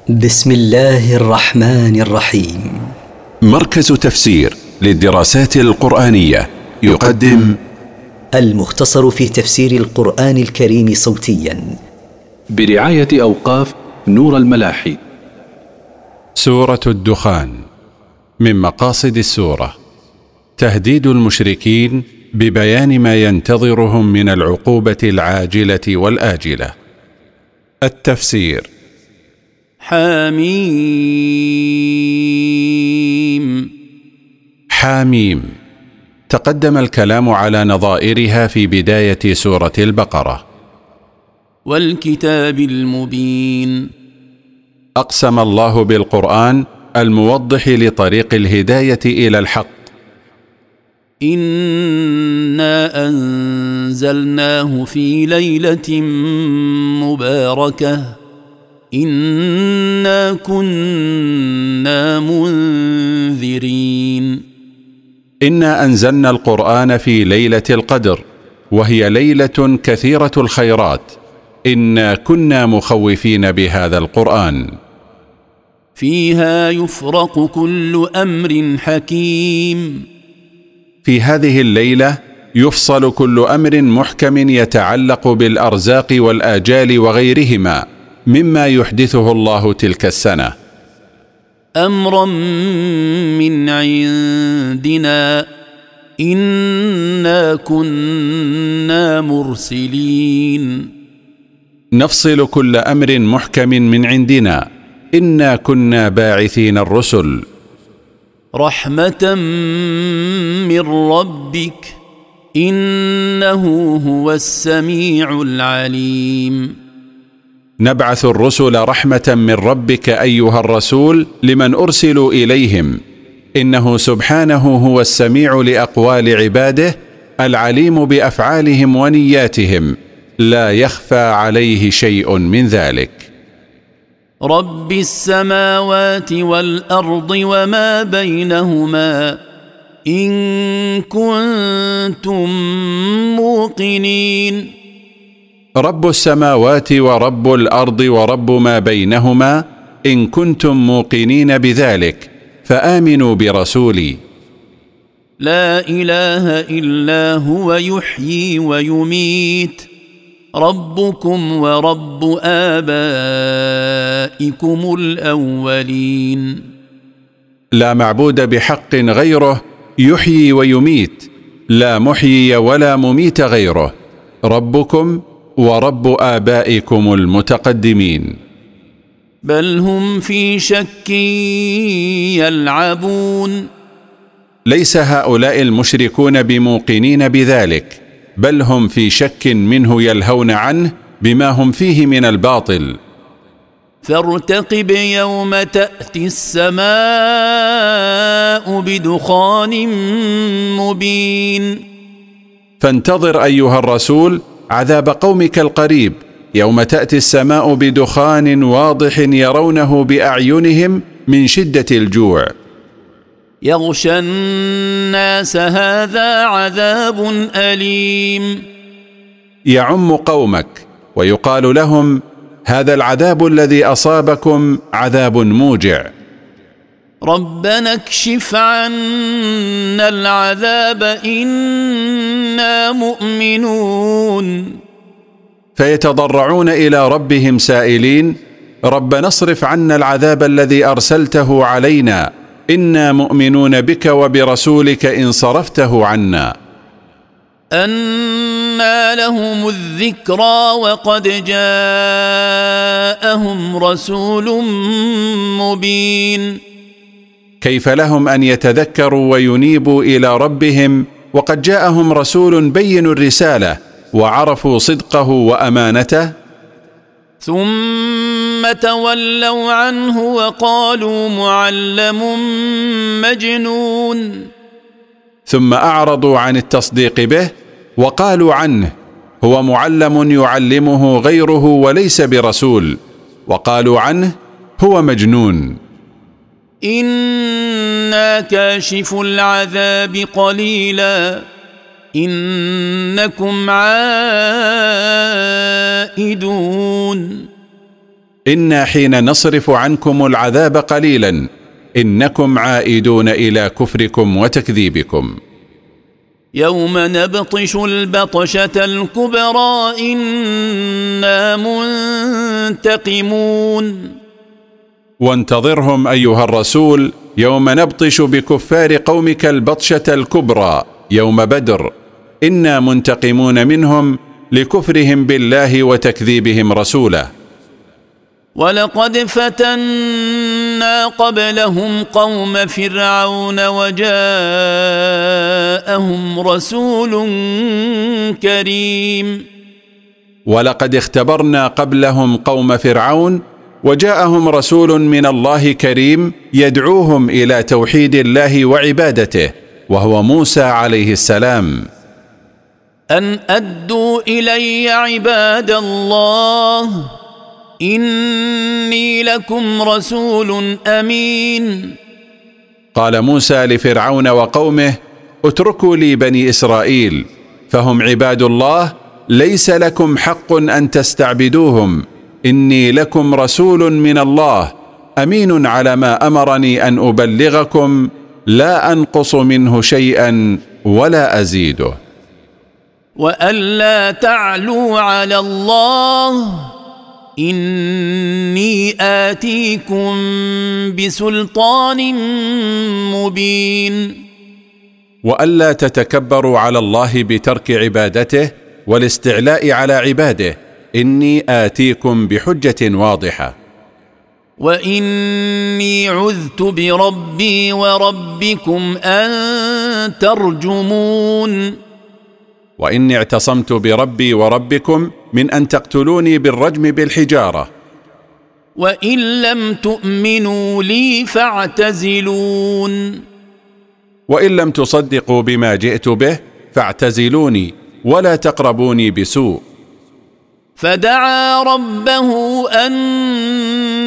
بسم الله الرحمن الرحيم. مركز تفسير للدراسات القرآنية يقدم المختصر في تفسير القرآن الكريم صوتيا برعاية أوقاف نور الملاحي. سورة الدخان. من مقاصد السورة تهديد المشركين ببيان ما ينتظرهم من العقوبة العاجلة والآجلة. التفسير: حميم. حاميم. تقدم الكلام على نظائرها في بداية سورة البقرة. والكتاب المبين. أقسم الله بالقرآن الموضح لطريق الهداية إلى الحق. إنا أنزلناه في ليلة مباركة إنا كنا منذرين. إنا أنزلنا القرآن في ليلة القدر، وهي ليلة كثيرة الخيرات. إنا كنا مخوفين بهذا القرآن. فيها يفرق كل أمر حكيم. في هذه الليلة يفصل كل أمر محكم يتعلق بالأرزاق والآجال وغيرهما مما يحدثه الله تلك السنة. أمرا من عندنا إنا كنا مرسلين. نفصل كل أمر محكم من عندنا إنا كنا باعثين الرسل. رحمة من ربك إنه هو السميع العليم. نبعث الرسل رحمة من ربك أيها الرسول لمن أرسلوا إليهم، إنه سبحانه هو السميع لأقوال عباده العليم بأفعالهم ونياتهم، لا يخفى عليه شيء من ذلك. رب السماوات والأرض وما بينهما إن كنتم موقنين. رب السماوات ورب الأرض ورب ما بينهما إن كنتم موقنين بذلك فآمنوا برسولي. لا إله إلا هو يحيي ويميت ربكم ورب آبائكم الأولين. لا معبود بحق غيره يحيي ويميت، لا محيي ولا مميت غيره، ربكم ورب آبائكم المتقدمين. بل هم في شك يلعبون. ليس هؤلاء المشركون بموقنين بذلك، بل هم في شك منه يلهون عنه بما هم فيه من الباطل. فارتقب يوم تأتي السماء بدخان مبين. فانتظر أيها الرسول عذاب قومك القريب يوم تأتي السماء بدخان واضح يرونه بأعينهم من شدة الجوع. يغشى الناس هذا عذاب أليم. يعم قومك ويقال لهم هذا العذاب الذي أصابكم عذاب موجع. ربنا اكشف عنا العذاب إنا مؤمنون. فيتضرعون إلى ربهم سائلين: ربنا اصرف عنا العذاب الذي أرسلته علينا إنا مؤمنون بك وبرسولك إن صرفته عنا. أنى لهم الذكرى وقد جاءهم رسول مبين. كيف لهم أن يتذكروا وينيبوا إلى ربهم وقد جاءهم رسول بين الرسالة وعرفوا صدقه وأمانته؟ ثم تولوا عنه وقالوا معلم مجنون. ثم أعرضوا عن التصديق به وقالوا عنه هو معلم يعلمه غيره وليس برسول، وقالوا عنه هو مجنون. إنا كاشف العذاب قليلا إنكم عائدون. إنا حين نصرف عنكم العذاب قليلا إنكم عائدون إلى كفركم وتكذيبكم. يوم نبطش البطشة الكبرى إنا منتقمون. وانتظرهم أيها الرسول يوم نبطش بكفار قومك البطشة الكبرى يوم بدر، إنا منتقمون منهم لكفرهم بالله وتكذيبهم رسوله. ولقد فتنا قبلهم قوم فرعون وجاءهم رسول كريم. ولقد اختبرنا قبلهم قوم فرعون وجاءهم رسول من الله كريم يدعوهم إلى توحيد الله وعبادته، وهو موسى عليه السلام. أن أدوا إلي عباد الله إني لكم رسول أمين. قال موسى لفرعون وقومه: اتركوا لي بني إسرائيل فهم عباد الله، ليس لكم حق أن تستعبدوهم، إني لكم رسول من الله أمين على ما أمرني أن أبلغكم، لا أنقص منه شيئا ولا أزيده. وألا تعلوا على الله إني آتيكم بسلطان مبين. وألا تتكبروا على الله بترك عبادته والاستعلاء على عباده، إني آتيكم بحجة واضحة. وإني عذت بربي وربكم أن ترجمون. وإني اعتصمت بربي وربكم من أن تقتلوني بالرجم بالحجارة. وإن لم تؤمنوا لي فاعتزلون. وإن لم تصدقوا بما جئت به فاعتزلوني ولا تقربوني بسوء. فدعا ربه أن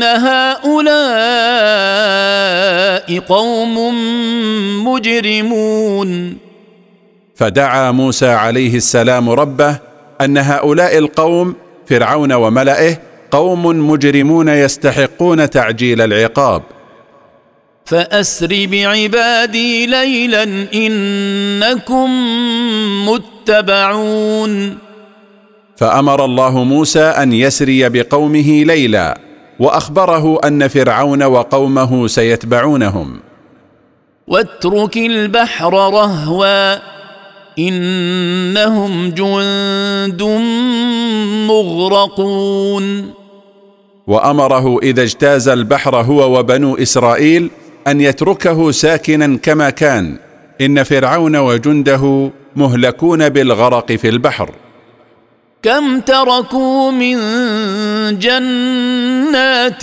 هؤلاء قوم مجرمون. فدعا موسى عليه السلام ربه أن هؤلاء القوم فرعون وملئه قوم مجرمون يستحقون تعجيل العقاب. فأسر بعبادي ليلا إنكم متبعون. فأمر الله موسى أن يسري بقومه ليلا، وأخبره أن فرعون وقومه سيتبعونهم. واترك البحر رهوا إنهم جند مغرقون. وأمره إذا اجتاز البحر هو وبنو إسرائيل أن يتركه ساكنا كما كان، إن فرعون وجنده مهلكون بالغرق في البحر. كم تركوا من جنات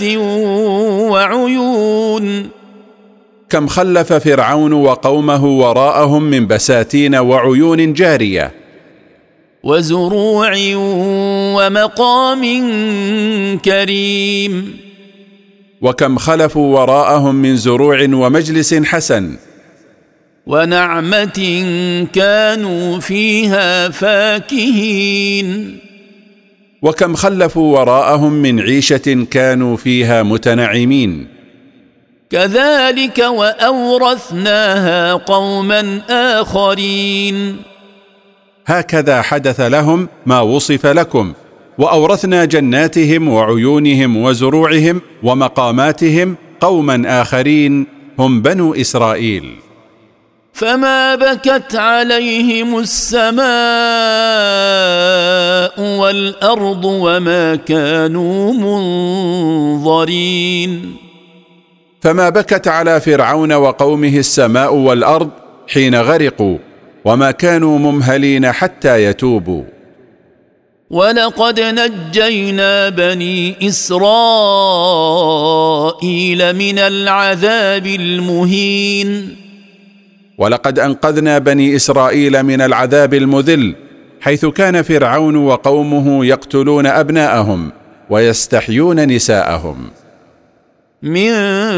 وعيون. كم خلف فرعون وقومه وراءهم من بساتين وعيون جارية. وزروع ومقام كريم. وكم خلفوا وراءهم من زروع ومجلس حسن. ونعمة كانوا فيها فاكهين. وكم خلفوا وراءهم من عيشة كانوا فيها متنعمين. كذلك وأورثناها قوما آخرين. هكذا حدث لهم ما وصف لكم، وأورثنا جناتهم وعيونهم وزروعهم ومقاماتهم قوما آخرين هم بنو إسرائيل. فما بكت عليهم السماء والأرض وما كانوا منظرين. فما بكت على فرعون وقومه السماء والأرض حين غرقوا، وما كانوا ممهلين حتى يتوبوا. ولقد نجينا بني إسرائيل من العذاب المهين. ولقد أنقذنا بني إسرائيل من العذاب المذل، حيث كان فرعون وقومه يقتلون أبناءهم ويستحيون نساءهم. من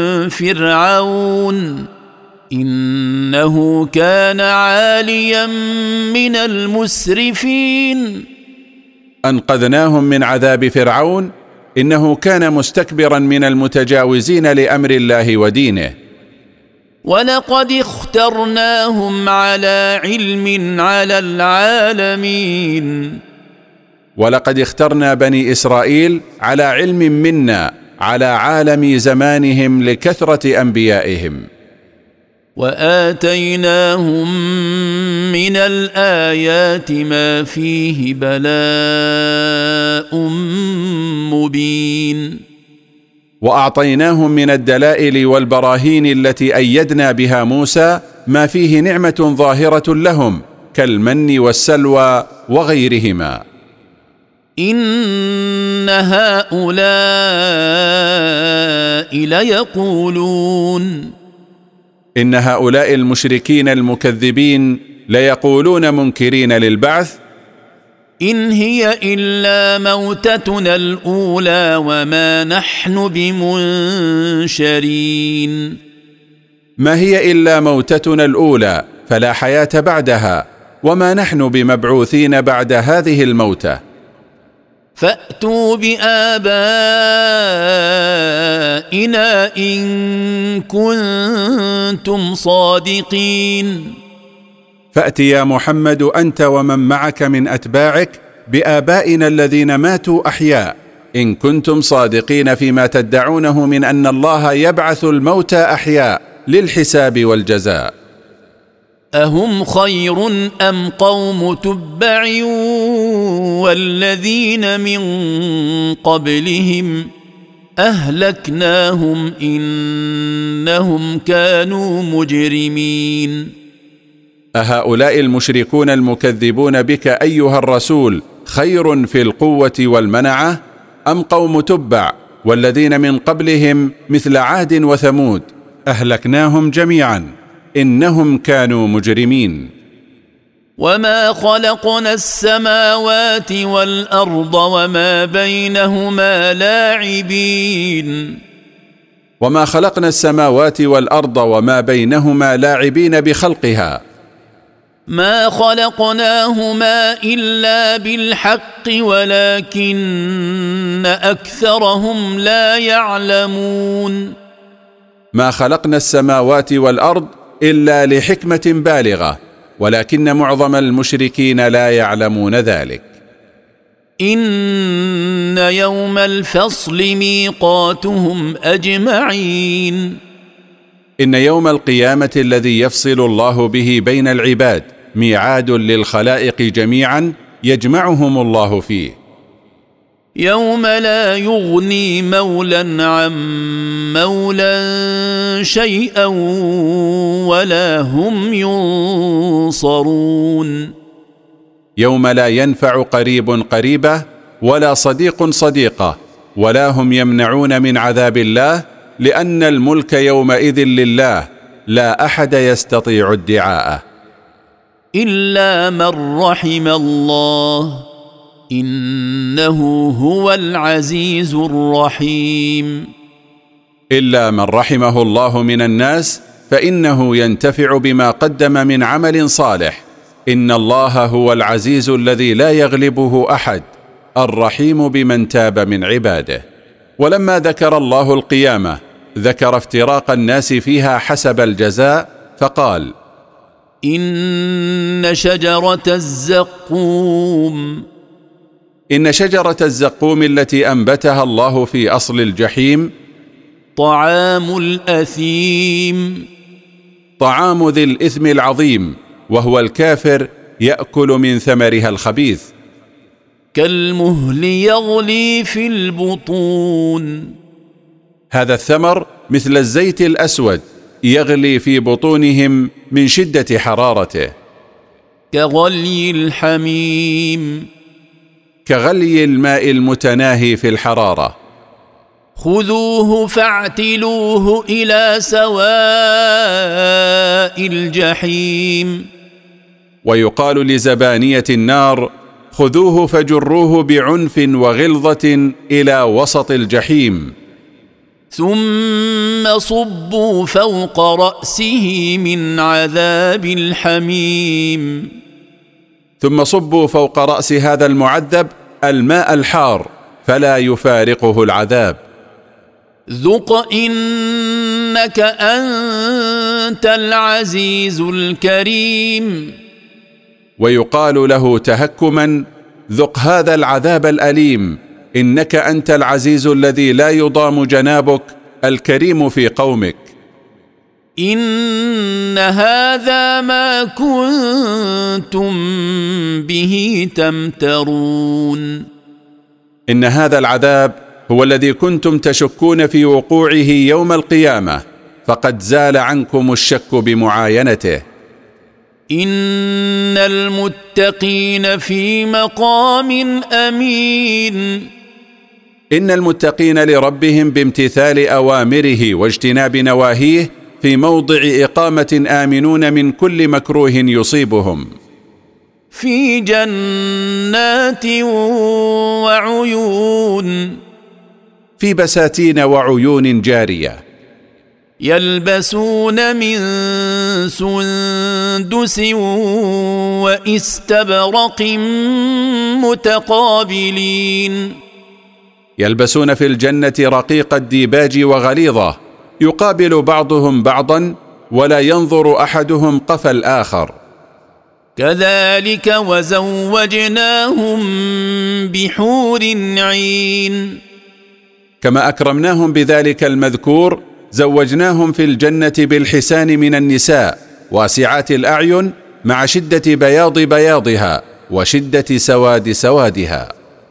فرعون إنه كان عاليا من المسرفين. أنقذناهم من عذاب فرعون، إنه كان مستكبرا من المتجاوزين لأمر الله ودينه. ولقد اخترناهم على علم على العالمين. ولقد اخترنا بني إسرائيل على علم منا على عالم زمانهم لكثرة أنبيائهم. وآتيناهم من الآيات ما فيه بلاء مبين. وأعطيناهم من الدلائل والبراهين التي أيدنا بها موسى ما فيه نعمة ظاهرة لهم كالمن والسلوى وغيرهما. إن هؤلاء ليقولون. إن هؤلاء المشركين المكذبين ليقولون منكرين للبعث: إن هي إلا موتتنا الأولى وما نحن بمنشرين. ما هي إلا موتتنا الأولى فلا حياة بعدها، وما نحن بمبعوثين بعد هذه الموتة. فأتوا بآبائنا إن كنتم صادقين. فأت يا محمد أنت ومن معك من أتباعك بآبائنا الذين ماتوا أحياء إن كنتم صادقين فيما تدعونه من أن الله يبعث الموتى أحياء للحساب والجزاء. أهم خير أم قوم تبع والذين من قبلهم أهلكناهم إنهم كانوا مجرمين. أهؤلاء المشركون المكذبون بك أيها الرسول خير في القوة والمنعة أم قوم تبع والذين من قبلهم مثل عاد وثمود أهلكناهم جميعا إنهم كانوا مجرمين. وما خلقنا السماوات والأرض وما بينهما لاعبين. وما خلقنا السماوات والأرض وما بينهما لاعبين بخلقها. ما خلقناهما إلا بالحق ولكن أكثرهم لا يعلمون. ما خلقنا السماوات والأرض إلا لحكمة بالغة ولكن معظم المشركين لا يعلمون ذلك. إن يوم الفصل ميقاتهم أجمعين. إن يوم القيامة الذي يفصل الله به بين العباد ميعاد للخلائق جميعا يجمعهم الله فيه. يوم لا يغني مولى عن مولى شيئا ولا هم ينصرون. يوم لا ينفع قريب قريبه ولا صديق صديقه ولا هم يمنعون من عذاب الله لأن الملك يومئذ لله لا أحد يستطيع ادعاءه. إلا من رحم الله إنه هو العزيز الرحيم. إلا من رحمه الله من الناس فإنه ينتفع بما قدم من عمل صالح. إن الله هو العزيز الذي لا يغلبه أحد الرحيم بمن تاب من عباده. ولما ذكر الله القيامة ذكر افتراق الناس فيها حسب الجزاء فقال: إن شجرة الزقوم. إن شجرة الزقوم التي أنبتها الله في أصل الجحيم طعام الأثيم. طعام ذي الإثم العظيم وهو الكافر يأكل من ثمرها الخبيث. كالمهل يغلي في البطون. هذا الثمر مثل الزيت الأسود يغلي في بطونهم من شدة حرارته. كغلي الحميم. كغلي الماء المتناهي في الحرارة. خذوه فاعتلوه إلى سواء الجحيم. ويقال لزبانية النار: خذوه فجروه بعنف وغلظة إلى وسط الجحيم. ثم صبوا فوق رأسه من عذاب الحميم. ثم صبوا فوق رأس هذا المعذب الماء الحار فلا يفارقه العذاب. ذق إنك أنت العزيز الكريم. ويقال له تهكما: ذق هذا العذاب الأليم، إنك أنت العزيز الذي لا يضام جنابك، الكريم في قومك. إن هذا ما كنتم به تمترون. إن هذا العذاب هو الذي كنتم تشكون في وقوعه يوم القيامة، فقد زال عنكم الشك بمعاينته. إن المتقين في مقام أمين. إن المتقين لربهم بامتثال أوامره واجتناب نواهيه في موضع إقامة آمنون من كل مكروه يصيبهم. في جنات وعيون. في بساتين وعيون جارية. يلبسون من سندس واستبرق متقابلين. يلبسون في الجنة رقيق الديباج وغليظة، يقابل بعضهم بعضا ولا ينظر أحدهم قفا الآخر. كذلك وزوجناهم بحور عين. كما أكرمناهم بذلك المذكور، زوجناهم في الجنة بالحسان من النساء، واسعات الأعين مع شدة بياض بياضها وشدة سواد سوادها.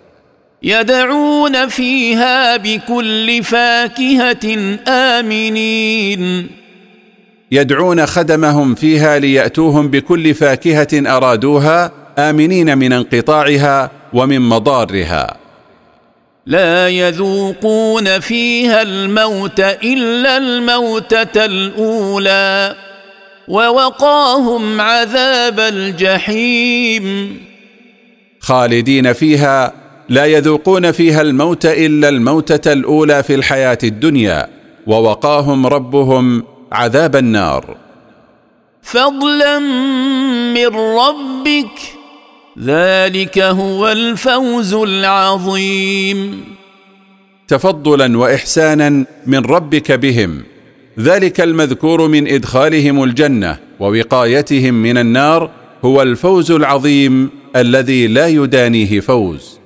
يدعون فيها بكل فاكهة آمنين. يدعون خدمهم فيها ليأتوهم بكل فاكهة أرادوها، آمنين من انقطاعها ومن مضارها. لا يذوقون فيها الموت إلا الموتة الأولى، ووقاهم عذاب الجحيم. خالدين فيها لا يذوقون فيها الموت إلا الموتة الأولى في الحياة الدنيا، ووقاهم ربهم عذاب النار. فضلا من ربك، ذلك هو الفوز العظيم. تفضلا وإحسانا من ربك بهم، ذلك المذكور من إدخالهم الجنة ووقايتهم من النار هو الفوز العظيم الذي لا يدانيه فوز.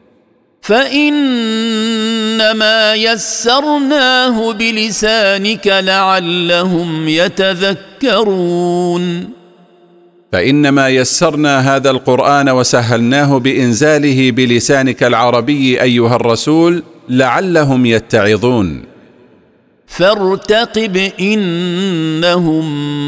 فإنما يسرناه بلسانك لعلهم يتذكرون. فإنما يسرنا هذا القرآن وسهلناه بإنزاله بلسانك العربي أيها الرسول لعلهم يتعظون. فارتقب إنهم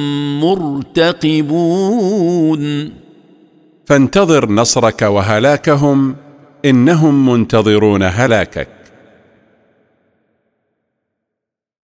مرتقبون. فانتظر نصرك وهلاكهم، إنهم منتظرون هلاكك.